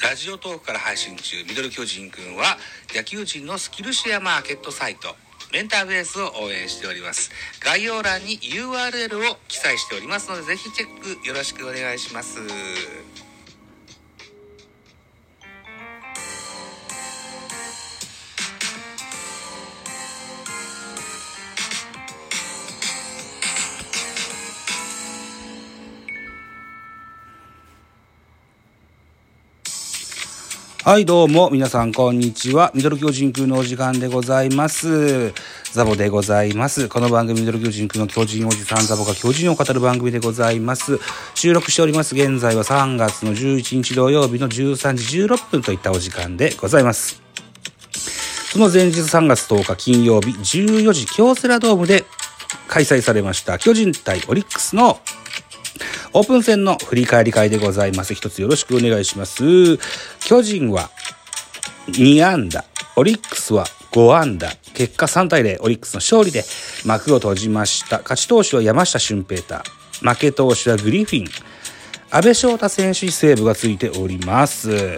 ラジオトークから配信中、ミドル巨人くんは野球人のスキルシェアマーケットサイトメンターベースを応援しております。概要欄に URL を記載しておりますので、ぜひチェックよろしくお願いします。はい、どうも皆さんこんにちは。ミドル巨人くんのお時間でございます。ザボでございます。この番組ミドル巨人くんの巨人おじさんザボが巨人を語る番組でございます。収録しております現在は3月の11日土曜日の13時16分といったお時間でございます。その前日3月10日金曜日14時京セラドームで開催されました巨人対オリックスのオープン戦の振り返り会でございます。一つよろしくお願いします。巨人は2安打、オリックスは5安打、結果3対0、オリックスの勝利で幕を閉じました。勝ち投手は山下舜平太、負け投手はグリフィン、阿部翔太選手にセーブがついております。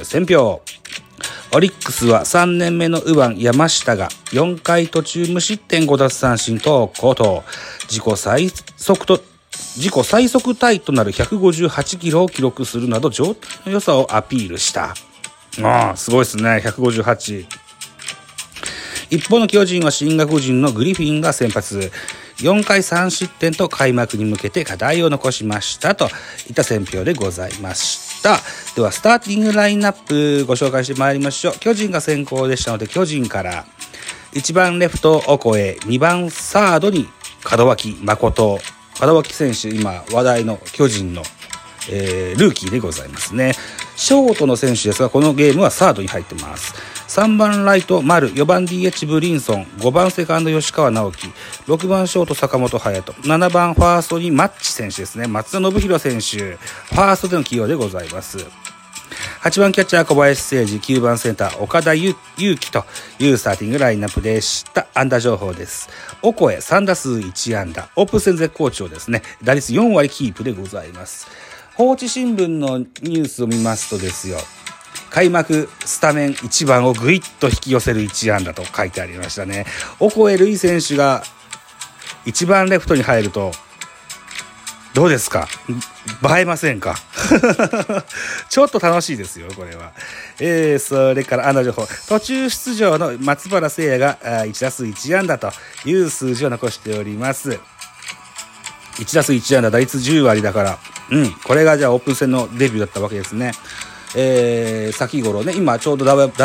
選評、オリックスは3年目の右腕山下が4回途中無失点5奪三振と好投、自己最速タイとなる158キロを記録するなど状態の良さをアピールした。すごいですね。158。一方の巨人は新外国人のグリフィンが先発。4回3失点と開幕に向けて課題を残しましたといった選評でございました。ではスターティングラインナップご紹介してまいりましょう。巨人が先行でしたので巨人から1番レフトオコエ、2番サードに門脇誠。門脇選手、今話題の巨人の、ルーキーでございますね。ショートの選手ですが、このゲームはサードに入ってます。3番ライト丸、4番 DH ブリンソン、5番セカンド吉川直樹、6番ショート坂本勇人、7番ファーストにマッチ選手ですね。松田信弘選手、ファーストでの起用でございます。8番キャッチャー小林誠司、9番センター岡田裕樹というスターティングラインナップでした。安打情報です。オコエ3打数1安打、オープン戦絶好調ですね。打率4割キープでございます。放置新聞のニュースを見ますとですよ、開幕スタメン1番をぐいっと引き寄せる1安打と書いてありましたね。オコエルイ選手が1番レフトに入るとどうですか？映えませんか？ちょっと楽しいですよ、これは。それから安打情報。途中出場の松原聖也が1打数1安打という数字を残しております。1打数1安打、打率10割だから、これがじゃあオープン戦のデビューだったわけですね。先頃ね、今ちょうど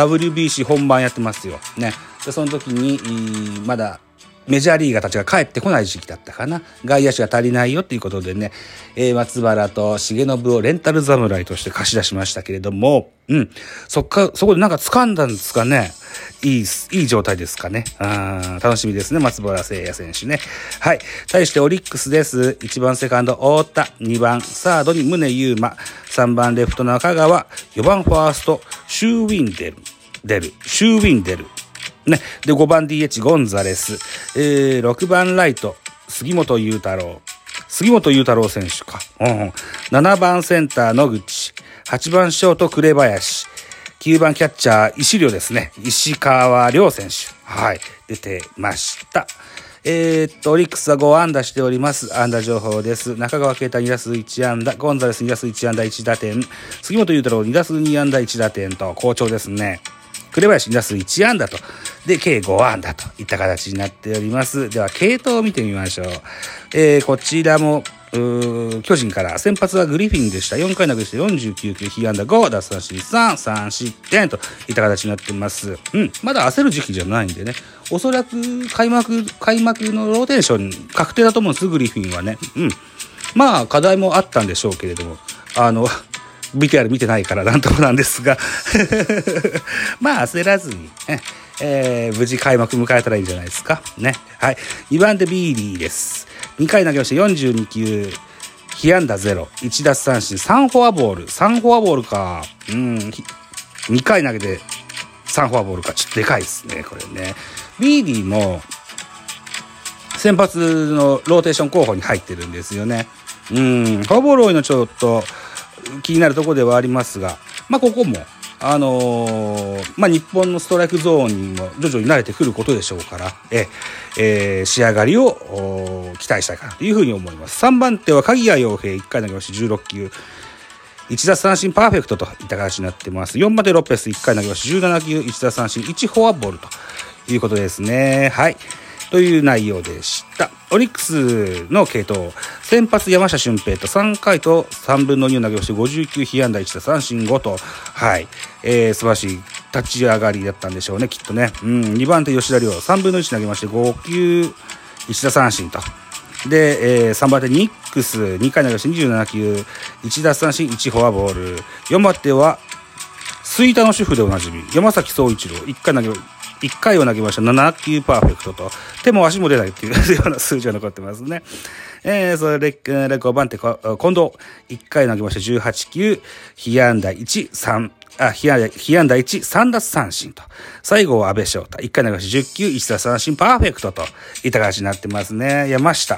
WBC 本番やってますよ。ね。でその時に、まだ、メジャーリーガーたちが帰ってこない時期だったかな。外野手が足りないよっていうことでね、松原と重信をレンタル侍として貸し出しましたけれども、そこでなんか掴んだんですかね。いい状態ですかね。楽しみですね、松原聖也選手ね。はい。対してオリックスです。1番セカンド太田、2番サードに宗佑馬、3番レフト中川、4番ファーストシューウィンデル。ね。で、5番 DH ゴンザレス。6番ライト、杉本裕太郎選手か。7番センター野口。8番ショート紅林。9番キャッチャー石良ですね。石川亮選手。はい。出てました。オリックスは5安打しております。安打情報です。中川圭太2打数1安打。ゴンザレス2打数1安打1打点。杉本裕太郎2打数2安打1打点と好調ですね。紅林2打数1安打と。で、計5安打といった形になっております。では、系統を見てみましょう。こちらも、巨人から先発はグリフィンでした。4回投げして49球、被安打5、奪三振3失点といった形になっています。まだ焦る時期じゃないんでね。おそらく開幕のローテーション確定だと思うんです、グリフィンはね。まあ、課題もあったんでしょうけれども、VTR 見てないからなんともなんですがまあ焦らずに、無事開幕迎えたらいいんじゃないですかね。はい。2番手ビーリーです。2回投げまして42球、被安打0、1奪三振、3フォアボールか。2回投げて3フォアボールか。ちょっとでかいですね、これね。ビーリーも先発のローテーション候補に入ってるんですよね。フォアボール多いのちょっと気になるところではありますが、ここも日本のストライクゾーンにも徐々に慣れてくることでしょうから、仕上がりを期待したいかなというふうに思います。3番手は鍵谷陽平、1回投げまして16球。1奪三振パーフェクトといった形になってます。4番手ロペス、1回投げまして17球、1奪三振、1フォアボールということですね。はい。という内容でした。オリックスの継投、先発山下舜平と3回と3分の2を投げまして59被安打1打三振5と、はい、素晴らしい立ち上がりだったんでしょうね、きっとね。2番手吉田亮、3分の1投げまして5球1打三振と。で、3番手ニックス、2回投げまして27球1打三振1フォアボール。4番手は吹田の主婦でおなじみ山崎総一郎、1回を投げました7球パーフェクトと、手も足も出ないっていうような数字が残ってますね。それで5番手近藤、1回投げました18球被安打1、3奪三振と。最後は阿部翔太、1回投げました10球1奪三振パーフェクトといった形になってますね。山下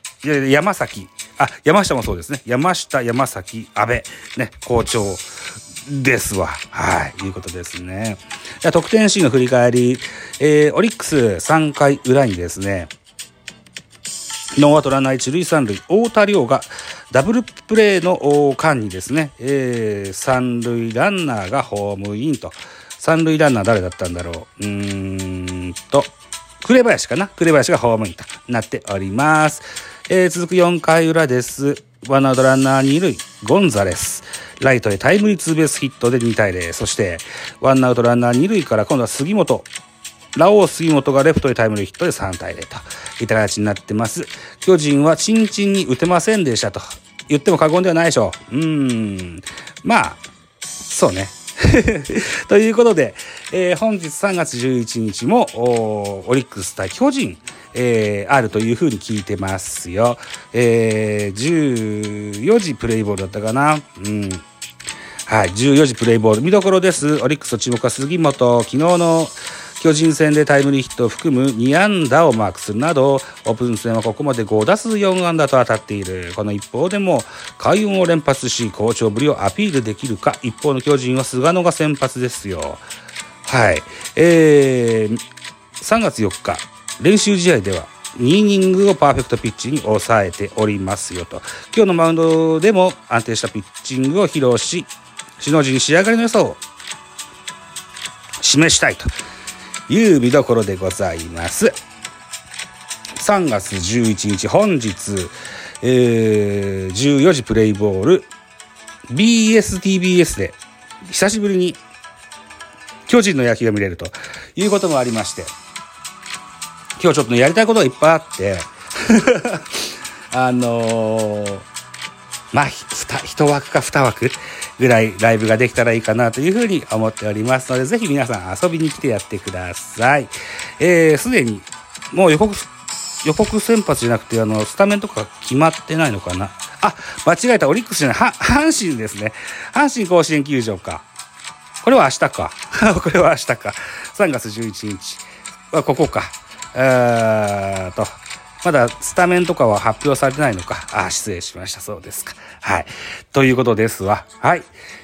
もそうですね。山下、山崎、阿部ね、好調ですわ。はい、いうことですね。得点シーンの振り返り、オリックス3回裏にですね、ノーアウトランナー1塁3塁、太田亮がダブルプレーの間にですね、三塁ランナーがホームインと。三塁ランナー誰だったんだろう。紅林がホームインとなっております。続く4回裏です。ワンアウトランナー2塁、ゴンザレス。ライトへタイムリーツーベースヒットで2対0。そして、ワンアウトランナー2塁から今度はラオウ杉本がレフトへタイムリーヒットで3対0といった形になってます。巨人はチンチンに打てませんでしたと言っても過言ではないでしょう。そうね。ということで、本日3月11日もオリックス対巨人、あるというふうに聞いてますよ。14時プレイボールだったかな。はい、14時プレイボール見どころです。オリックスの注目は杉本、昨日の巨人戦でタイムリーヒットを含む2安打をマークするなど、オープン戦はここまで5打数4安打と当たっている。この一方でも快音を連発し好調ぶりをアピールできるか。一方の巨人は菅野が先発ですよ。はい、3月4日練習試合では2イニングをパーフェクトピッチに抑えておりますよと。今日のマウンドでも安定したピッチングを披露し、首脳陣に仕上がりの良さを示したいという見どころでございます。3月11日本日、14時プレイボール BSTBS で久しぶりに巨人の野球が見れるということもありまして、今日ちょっとやりたいことがいっぱいあって1枠か2枠ぐらいライブができたらいいかなというふうに思っておりますので、ぜひ皆さん遊びに来てやってください。すでにもう予告先発じゃなくてスタメンとか決まってないのかな。間違えた、オリックスじゃない、阪神ですね。阪神甲子園球場か。これは明日か3月11日はここか。まだスタメンとかは発表されてないのか。失礼しました。そうですか。はい。ということですわ。はい。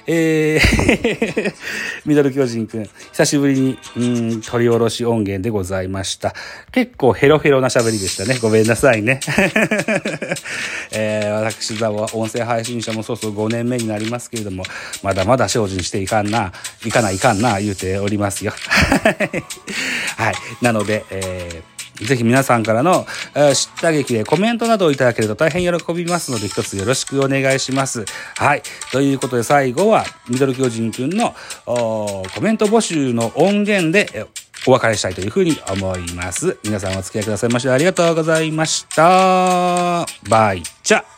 ミドル巨人くん、久しぶりに、取り下ろし音源でございました。結構ヘロヘロな喋りでしたね。ごめんなさいね。私ザボは音声配信者もそうそう5年目になりますけれども、まだまだ精進していかんな、言うておりますよ。はい。なので、ぜひ皆さんからの知った激励コメントなどをいただけると大変喜びますので、一つよろしくお願いします。はい。ということで最後はミドル巨人くんのコメント募集の音源でお別れしたいというふうに思います。皆さんお付き合いくださいましてありがとうございました。バイチャ。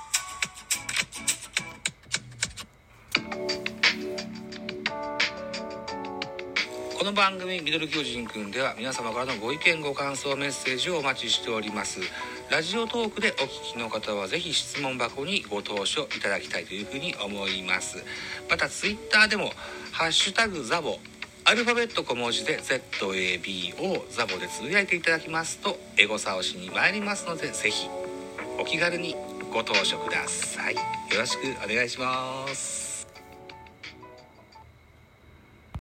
この番組ミドル巨人くんでは皆様からのご意見ご感想メッセージをお待ちしております。ラジオトークでお聞きの方はぜひ質問箱にご投書いただきたいというふうに思います。またツイッターでもハッシュタグザボ、アルファベット小文字で ZABO ザボでつぶやいていただきますとエゴサをしに参りますので、ぜひお気軽にご投書ください。よろしくお願いします。